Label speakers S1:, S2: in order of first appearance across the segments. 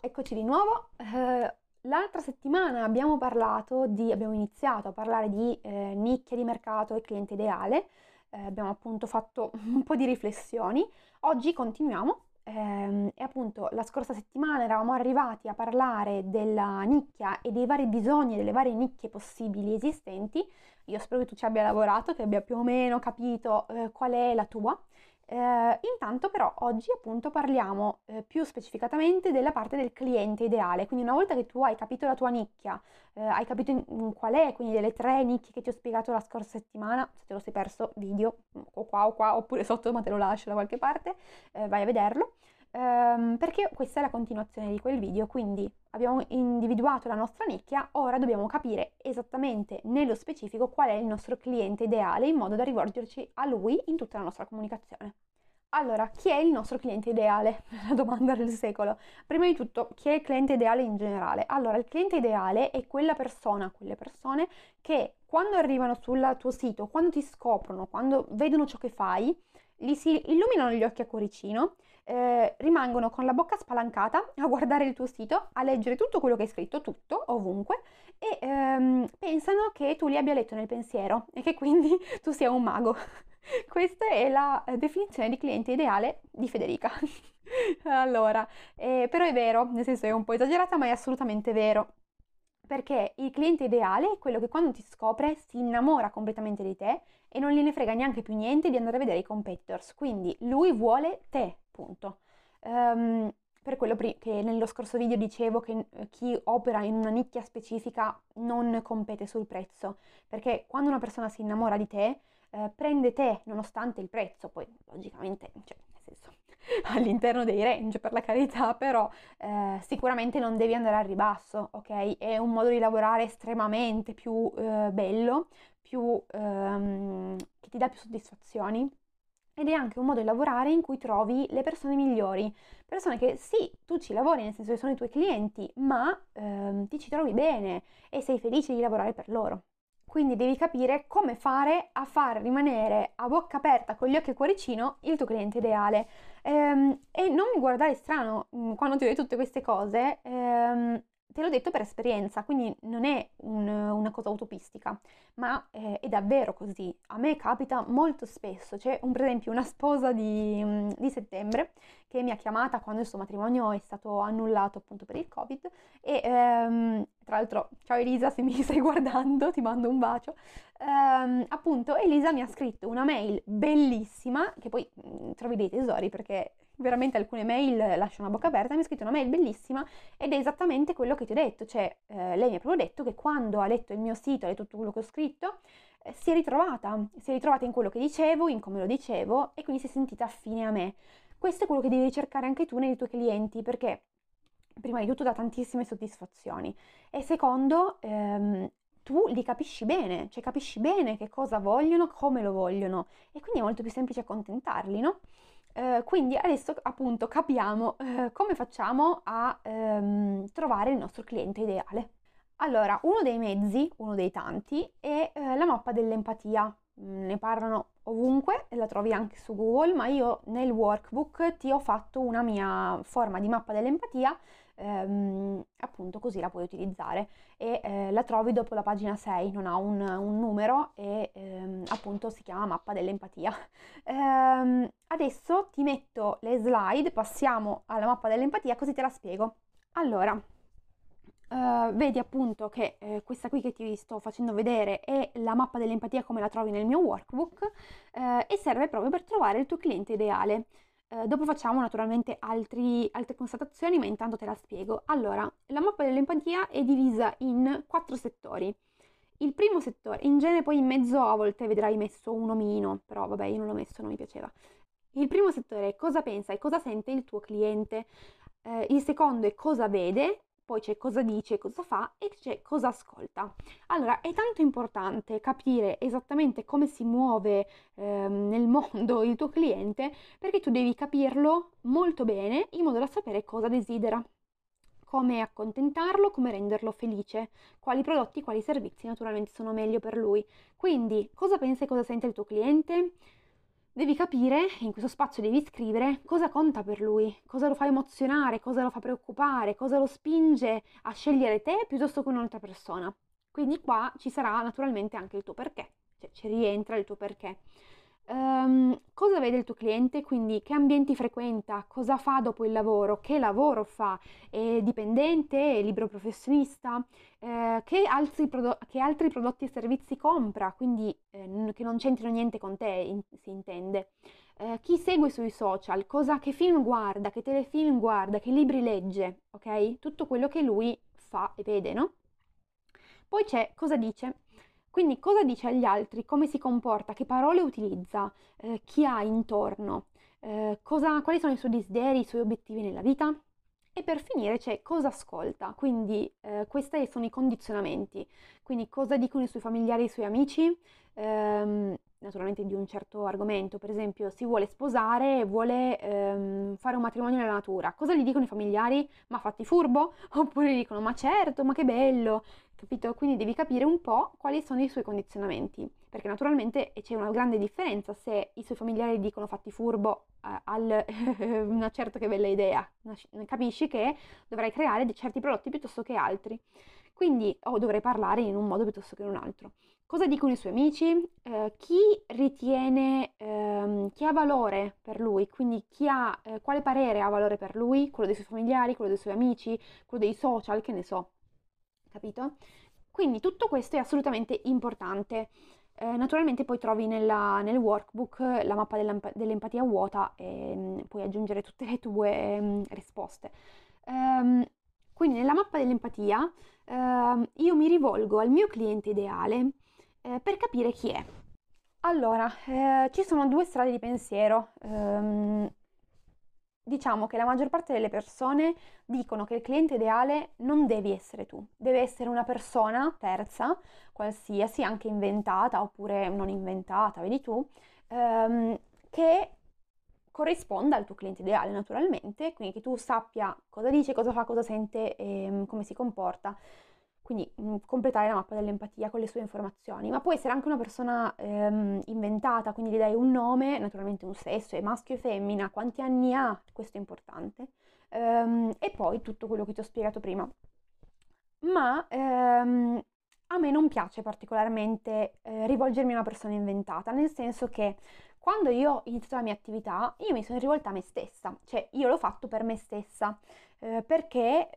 S1: eccoci di nuovo. L'altra settimana abbiamo iniziato a parlare di nicchia di mercato e cliente ideale. Abbiamo appunto fatto un po' di riflessioni. Oggi continuiamo. E appunto la scorsa settimana eravamo arrivati a parlare della nicchia e dei vari bisogni, delle varie nicchie possibili esistenti. Io spero che tu ci abbia lavorato, che abbia più o meno capito qual è la tua. Intanto però oggi appunto parliamo più specificatamente della parte del cliente ideale, quindi una volta che tu hai capito la tua nicchia, hai capito in qual è, quindi delle 3 nicchie che ti ho spiegato la scorsa settimana, se te lo sei perso video o qua oppure sotto, ma te lo lascio da qualche parte, vai a vederlo. Perché questa è la continuazione di quel video, quindi abbiamo individuato la nostra nicchia, ora dobbiamo capire esattamente nello specifico qual è il nostro cliente ideale in modo da rivolgerci a lui in tutta la nostra comunicazione. Allora, chi è il nostro cliente ideale? La domanda del secolo. Prima di tutto, chi è il cliente ideale in generale? Allora, il cliente ideale è quelle persone che quando arrivano sul tuo sito, quando ti scoprono, quando vedono ciò che fai, gli si illuminano gli occhi a cuoricino, rimangono con la bocca spalancata a guardare il tuo sito, a leggere tutto quello che hai scritto, tutto, ovunque, e pensano che tu li abbia letto nel pensiero e che quindi tu sia un mago. Questa è la definizione di cliente ideale di Federica. Allora, però è vero, nel senso è un po' esagerata, ma è assolutamente vero. Perché il cliente ideale è quello che quando ti scopre si innamora completamente di te e non gliene frega neanche più niente di andare a vedere i competitors. Quindi lui vuole te, punto. Per quello che nello scorso video dicevo che chi opera in una nicchia specifica non compete sul prezzo, perché quando una persona si innamora di te, prende te nonostante il prezzo, poi logicamente, cioè, nel senso, all'interno dei range per la carità, però sicuramente non devi andare al ribasso, ok? È un modo di lavorare estremamente più bello, che ti dà più soddisfazioni. Ed è anche un modo di lavorare in cui trovi le persone migliori, persone che sì, tu ci lavori, nel senso che sono i tuoi clienti, ma ti ci trovi bene e sei felice di lavorare per loro. Quindi devi capire come fare a far rimanere a bocca aperta con gli occhi e cuoricino il tuo cliente ideale. E non mi guardare strano quando ti ho detto tutte queste cose, te l'ho detto per esperienza, quindi non è una cosa utopistica, ma è davvero così. A me capita molto spesso. C'è per esempio una sposa di settembre che mi ha chiamata quando il suo matrimonio è stato annullato appunto per il Covid e tra l'altro, ciao Elisa, se mi stai guardando, ti mando un bacio. Appunto, Elisa mi ha scritto una mail bellissima, che poi trovi dei tesori perché veramente alcune mail lasciano a bocca aperta. Mi ha scritto una mail bellissima ed è esattamente quello che ti ho detto, cioè lei mi ha proprio detto che quando ha letto il mio sito, ha letto tutto quello che ho scritto, si è ritrovata in quello che dicevo, in come lo dicevo e quindi si è sentita affine a me. Questo è quello che devi ricercare anche tu nei tuoi clienti, perché prima di tutto dà tantissime soddisfazioni e secondo tu li capisci bene, cioè capisci bene che cosa vogliono, come lo vogliono e quindi è molto più semplice accontentarli, no? Quindi adesso appunto capiamo come facciamo a trovare il nostro cliente ideale. Allora, uno dei mezzi, uno dei tanti, è la mappa dell'empatia. Ne parlano ovunque, la trovi anche su Google, ma io nel workbook ti ho fatto una mia forma di mappa dell'empatia, appunto così la puoi utilizzare e la trovi dopo la pagina 6, non ha un numero e appunto si chiama mappa dell'empatia. Adesso ti metto le slide, passiamo alla mappa dell'empatia così te la spiego. Allora, vedi appunto che questa qui che ti sto facendo vedere è la mappa dell'empatia come la trovi nel mio workbook e serve proprio per trovare il tuo cliente ideale. Dopo facciamo naturalmente altre constatazioni, ma intanto te la spiego. Allora, la mappa dell'empatia è divisa in 4 settori. Il primo settore, in genere poi in mezzo a volte vedrai messo un omino, però vabbè io non l'ho messo, non mi piaceva. Il primo settore è cosa pensa e cosa sente il tuo cliente. Il secondo è cosa vede, poi c'è cosa dice, cosa fa e c'è cosa ascolta. Allora, è tanto importante capire esattamente come si muove nel mondo il tuo cliente perché tu devi capirlo molto bene in modo da sapere cosa desidera, come accontentarlo, come renderlo felice, quali prodotti, quali servizi naturalmente sono meglio per lui. Quindi, cosa pensa e cosa sente il tuo cliente? Devi capire, in questo spazio devi scrivere cosa conta per lui, cosa lo fa emozionare, cosa lo fa preoccupare, cosa lo spinge a scegliere te piuttosto che un'altra persona. Quindi qua ci sarà naturalmente anche il tuo perché, cioè ci rientra il tuo perché. Cosa vede il tuo cliente, quindi che ambienti frequenta, cosa fa dopo il lavoro, che lavoro fa, è dipendente, è libero professionista, che altri prodotti e servizi compra, quindi che non c'entrino niente con te, si intende. Chi segue sui social, che film guarda, che telefilm guarda, che libri legge, ok? Tutto quello che lui fa e vede, no? Poi c'è cosa dice. Quindi cosa dice agli altri, come si comporta, che parole utilizza, chi ha intorno, quali sono i suoi desideri, i suoi obiettivi nella vita. E per finire c'è cosa ascolta, quindi questi sono i condizionamenti, quindi cosa dicono i suoi familiari e i suoi amici, naturalmente di un certo argomento, per esempio si vuole sposare e vuole fare un matrimonio nella natura, cosa gli dicono i familiari? Ma fatti furbo? Oppure gli dicono ma certo, ma che bello, capito? Quindi devi capire un po' quali sono i suoi condizionamenti, perché naturalmente c'è una grande differenza se i suoi familiari dicono fatti furbo una certo che bella idea, capisci che dovrai creare certi prodotti piuttosto che altri, quindi o dovrai parlare in un modo piuttosto che in un altro. Cosa dicono i suoi amici? Chi ritiene, chi ha valore per lui, quindi quale parere ha valore per lui, quello dei suoi familiari, quello dei suoi amici, quello dei social, che ne so, capito? Quindi tutto questo è assolutamente importante. Naturalmente poi trovi nel workbook la mappa dell'empatia vuota e puoi aggiungere tutte le tue risposte. Quindi nella mappa dell'empatia io mi rivolgo al mio cliente ideale per capire chi è. Allora, ci sono due strade di pensiero. Diciamo che la maggior parte delle persone dicono che il cliente ideale non devi essere tu, deve essere una persona terza, qualsiasi, anche inventata oppure non inventata, vedi tu, che corrisponda al tuo cliente ideale naturalmente, quindi che tu sappia cosa dice, cosa fa, cosa sente e come si comporta. Quindi completare la mappa dell'empatia con le sue informazioni, ma può essere anche una persona inventata, quindi gli dai un nome, naturalmente un sesso, è maschio e femmina, quanti anni ha, questo è importante, e poi tutto quello che ti ho spiegato prima. Ma a me non piace particolarmente rivolgermi a una persona inventata, nel senso che quando io ho iniziato la mia attività, io mi sono rivolta a me stessa, cioè io l'ho fatto per me stessa, perché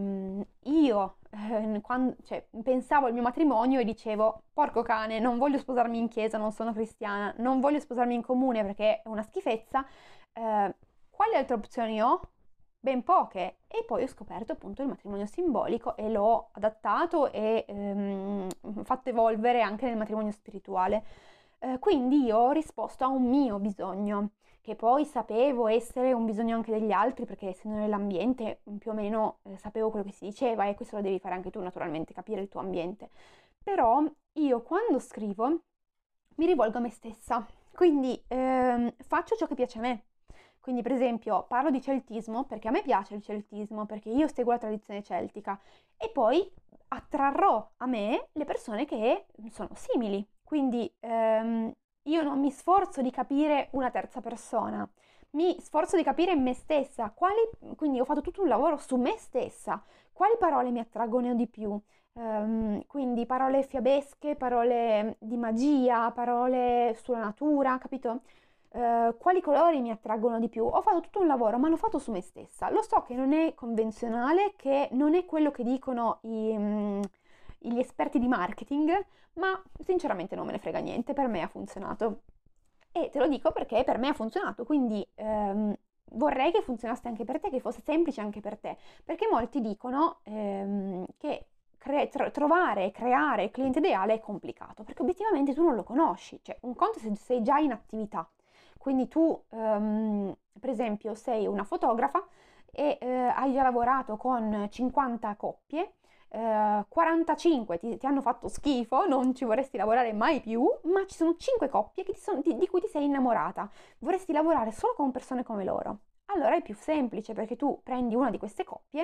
S1: io pensavo al mio matrimonio e dicevo, porco cane, non voglio sposarmi in chiesa, non sono cristiana, non voglio sposarmi in comune perché è una schifezza, quali altre opzioni ho? Ben poche. E poi ho scoperto appunto il matrimonio simbolico e l'ho adattato e fatto evolvere anche nel matrimonio spirituale. Quindi io ho risposto a un mio bisogno, che poi sapevo essere un bisogno anche degli altri, perché essendo nell'ambiente più o meno sapevo quello che si diceva, e questo lo devi fare anche tu naturalmente, capire il tuo ambiente. Però io quando scrivo mi rivolgo a me stessa, quindi faccio ciò che piace a me. Quindi per esempio parlo di celtismo perché a me piace il celtismo, perché io seguo la tradizione celtica e poi attrarrò a me le persone che sono simili. Quindi io non mi sforzo di capire una terza persona, mi sforzo di capire me stessa, quindi ho fatto tutto un lavoro su me stessa, quali parole mi attraggono di più. Quindi parole fiabesche, parole di magia, parole sulla natura, capito? Quali colori mi attraggono di più? Ho fatto tutto un lavoro, ma l'ho fatto su me stessa. Lo so che non è convenzionale, che non è quello che dicono gli esperti di marketing, ma sinceramente non me ne frega niente, per me ha funzionato. E te lo dico perché per me ha funzionato, quindi vorrei che funzionasse anche per te, che fosse semplice anche per te, perché molti dicono che trovare e creare il cliente ideale è complicato, perché obiettivamente tu non lo conosci, cioè un conto se sei già in attività, quindi tu per esempio sei una fotografa e hai già lavorato con 50 coppie, 45 ti hanno fatto schifo, non ci vorresti lavorare mai più, ma ci sono 5 coppie di cui ti sei innamorata, vorresti lavorare solo con persone come loro. Allora è più semplice perché tu prendi una di queste coppie,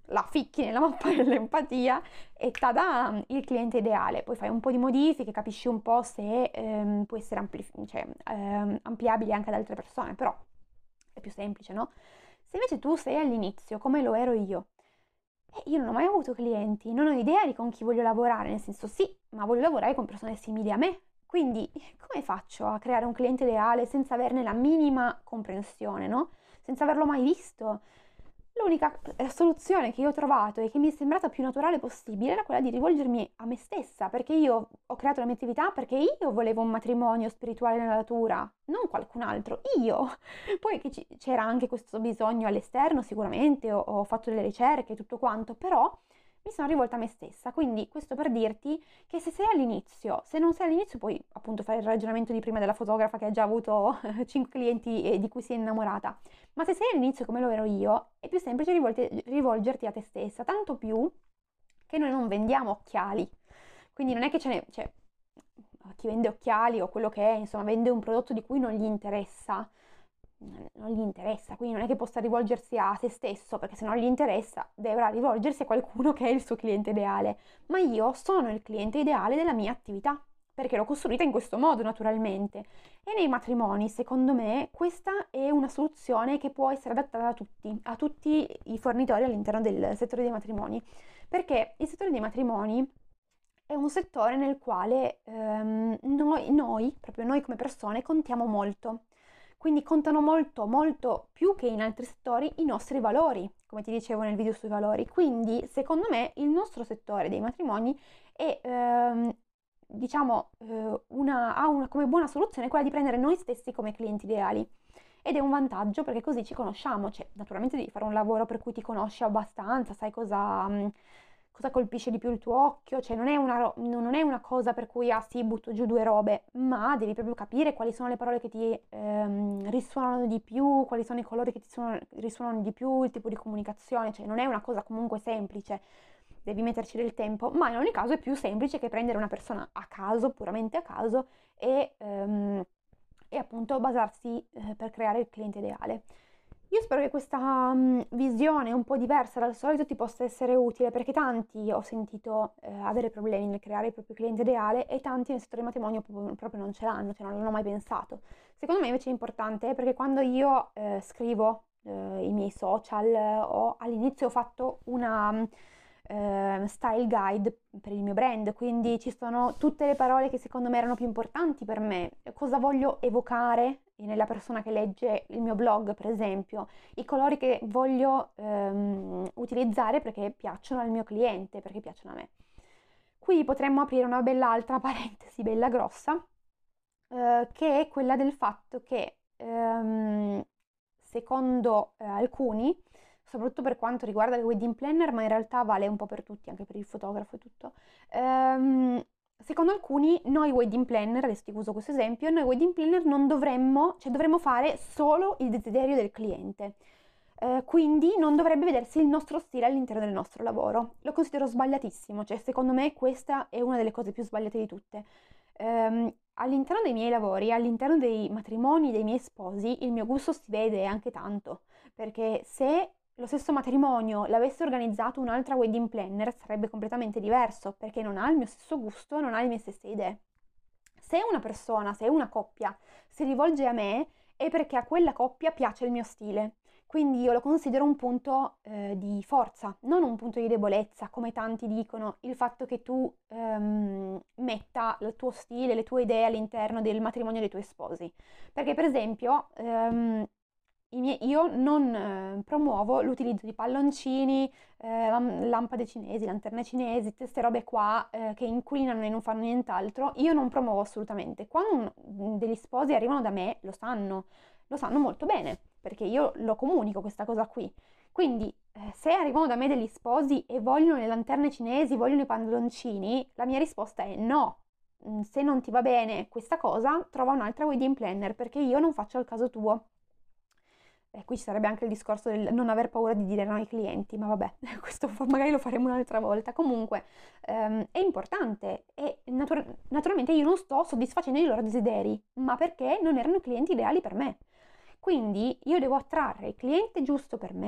S1: la ficchi nella mappa dell'empatia e tada, il cliente ideale. Poi fai un po' di modifiche, capisci un po' se può essere ampliabile anche ad altre persone, però è più semplice, no? Se invece tu sei all'inizio, come lo ero io non ho mai avuto clienti, non ho idea di con chi voglio lavorare, nel senso sì, ma voglio lavorare con persone simili a me. Quindi come faccio a creare un cliente ideale senza averne la minima comprensione, no? Senza averlo mai visto? L'unica soluzione che io ho trovato e che mi è sembrata più naturale possibile era quella di rivolgermi a me stessa, perché io ho creato la mia attività perché io volevo un matrimonio spirituale nella natura, non qualcun altro, io. Poi che c'era anche questo bisogno all'esterno, sicuramente, ho fatto delle ricerche e tutto quanto, però mi sono rivolta a me stessa. Quindi questo per dirti che se sei all'inizio, se non sei all'inizio puoi appunto fare il ragionamento di prima della fotografa che ha già avuto 5 clienti e di cui si è innamorata, ma se sei all'inizio come lo ero io, è più semplice rivolgerti a te stessa, tanto più che noi non vendiamo occhiali. Quindi non è che cioè, chi vende occhiali o quello che è, insomma, vende un prodotto di cui non gli interessa, quindi non è che possa rivolgersi a se stesso, perché se non gli interessa dovrà rivolgersi a qualcuno che è il suo cliente ideale. Ma io sono il cliente ideale della mia attività, perché l'ho costruita in questo modo naturalmente. E nei matrimoni, secondo me, questa è una soluzione che può essere adattata a tutti i fornitori all'interno del settore dei matrimoni, perché il settore dei matrimoni è un settore nel quale proprio noi come persone, contiamo molto. Quindi contano molto, molto più che in altri settori i nostri valori, come ti dicevo nel video sui valori. Quindi, secondo me, il nostro settore dei matrimoni è, ha una come buona soluzione quella di prendere noi stessi come clienti ideali. Ed è un vantaggio perché così ci conosciamo, cioè naturalmente devi fare un lavoro per cui ti conosci abbastanza, sai cosa colpisce di più il tuo occhio, cioè non è una cosa per cui sì, butto giù due robe, ma devi proprio capire quali sono le parole che ti risuonano di più, quali sono i colori che risuonano di più, il tipo di comunicazione, cioè non è una cosa comunque semplice, devi metterci del tempo, ma in ogni caso è più semplice che prendere una persona a caso, puramente a caso, e appunto basarsi per creare il cliente ideale. Io spero che questa visione un po' diversa dal solito ti possa essere utile, perché tanti ho sentito avere problemi nel creare il proprio cliente ideale e tanti nel settore matrimonio proprio non ce l'hanno, cioè non l'hanno mai pensato. Secondo me invece è importante perché quando io scrivo i miei social all'inizio ho fatto una style guide per il mio brand, quindi ci sono tutte le parole che secondo me erano più importanti per me, cosa voglio evocare nella persona che legge il mio blog, per esempio, i colori che voglio utilizzare perché piacciono al mio cliente, perché piacciono a me. Qui potremmo aprire una bella altra parentesi, bella grossa, che è quella del fatto che secondo alcuni, soprattutto per quanto riguarda il wedding planner, ma in realtà vale un po' per tutti, anche per il fotografo e tutto, secondo alcuni noi wedding planner, adesso ti uso questo esempio, noi wedding planner non dovremmo, cioè dovremmo fare solo il desiderio del cliente. Quindi non dovrebbe vedersi il nostro stile all'interno del nostro lavoro. Lo considero sbagliatissimo, cioè secondo me questa è una delle cose più sbagliate di tutte. All'interno dei miei lavori, all'interno dei matrimoni dei miei sposi, il mio gusto si vede anche tanto, perché se lo stesso matrimonio l'avesse organizzato un'altra wedding planner sarebbe completamente diverso, perché non ha il mio stesso gusto, non ha le mie stesse idee. Se una persona, se una coppia si rivolge a me è perché a quella coppia piace il mio stile. Quindi io lo considero un punto di forza, non un punto di debolezza, come tanti dicono, il fatto che tu metta il tuo stile, le tue idee all'interno del matrimonio dei tuoi sposi. Perché per esempio io non promuovo l'utilizzo di palloncini, lampade cinesi, lanterne cinesi, queste robe qua che inquinano e non fanno nient'altro, io non promuovo assolutamente. Quando degli sposi arrivano da me, lo sanno molto bene, perché io lo comunico questa cosa qui. Quindi se arrivano da me degli sposi e vogliono le lanterne cinesi, vogliono i palloncini, la mia risposta è no. Se non ti va bene questa cosa, trova un'altra wedding planner, perché io non faccio il caso tuo. Qui ci sarebbe anche il discorso del non aver paura di dire no ai clienti, ma vabbè, questo magari lo faremo un'altra volta. Comunque è importante e naturalmente io non sto soddisfacendo i loro desideri, ma perché non erano i clienti ideali per me. Quindi io devo attrarre il cliente giusto per me,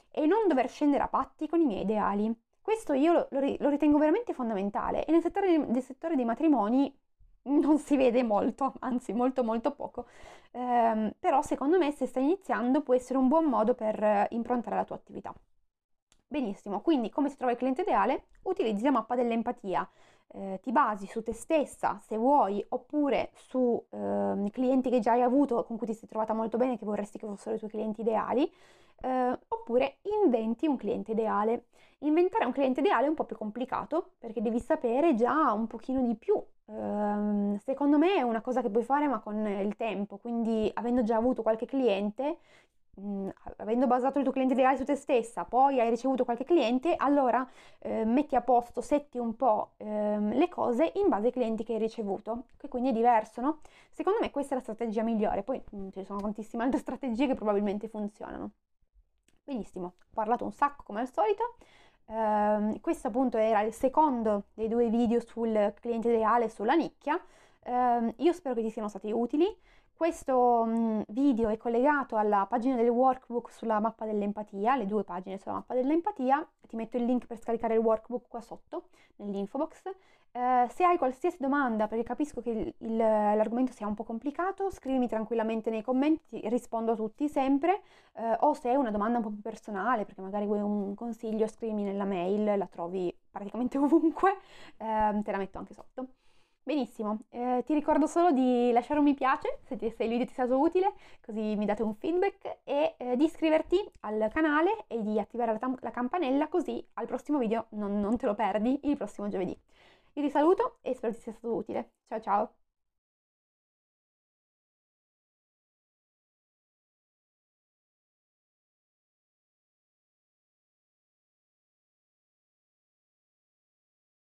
S1: e non dover scendere a patti con i miei ideali. Questo io lo ritengo veramente fondamentale e nel settore dei matrimoni non si vede molto, anzi molto molto poco. Però secondo me se stai iniziando può essere un buon modo per improntare la tua attività. Benissimo, quindi come si trova il cliente ideale? Utilizzi la mappa dell'empatia. Ti basi su te stessa se vuoi, oppure su clienti che già hai avuto, con cui ti sei trovata molto bene, che vorresti che fossero i tuoi clienti ideali, oppure inventi un cliente ideale. Inventare un cliente ideale è un po' più complicato perché devi sapere già un pochino di più. Secondo me è una cosa che puoi fare ma con il tempo, quindi avendo già avuto qualche cliente, avendo basato il tuo cliente ideale su te stessa, poi hai ricevuto qualche cliente, allora metti a posto, setti un po' le cose in base ai clienti che hai ricevuto, che quindi è diverso, no? Secondo me questa è la strategia migliore, poi ci sono tantissime altre strategie che probabilmente funzionano. Benissimo, ho parlato un sacco come al solito. Questo appunto era il secondo dei due video sul cliente ideale e sulla nicchia. Io spero che ti siano stati utili. Questo video è collegato alla pagina del workbook sulla mappa dell'empatia, le due pagine sulla mappa dell'empatia. Ti metto il link per scaricare il workbook qua sotto, nell'info box. Se hai qualsiasi domanda, perché capisco che l'argomento sia un po' complicato, scrivimi tranquillamente nei commenti, rispondo a tutti sempre, o se hai una domanda un po' più personale, perché magari vuoi un consiglio, scrivimi nella mail, la trovi praticamente ovunque, te la metto anche sotto. Benissimo, ti ricordo solo di lasciare un mi piace se il video ti è stato utile, così mi date un feedback, e di iscriverti al canale e di attivare la campanella, così al prossimo video non te lo perdi il prossimo giovedì. Io ti saluto e spero ti sia stato utile. Ciao ciao!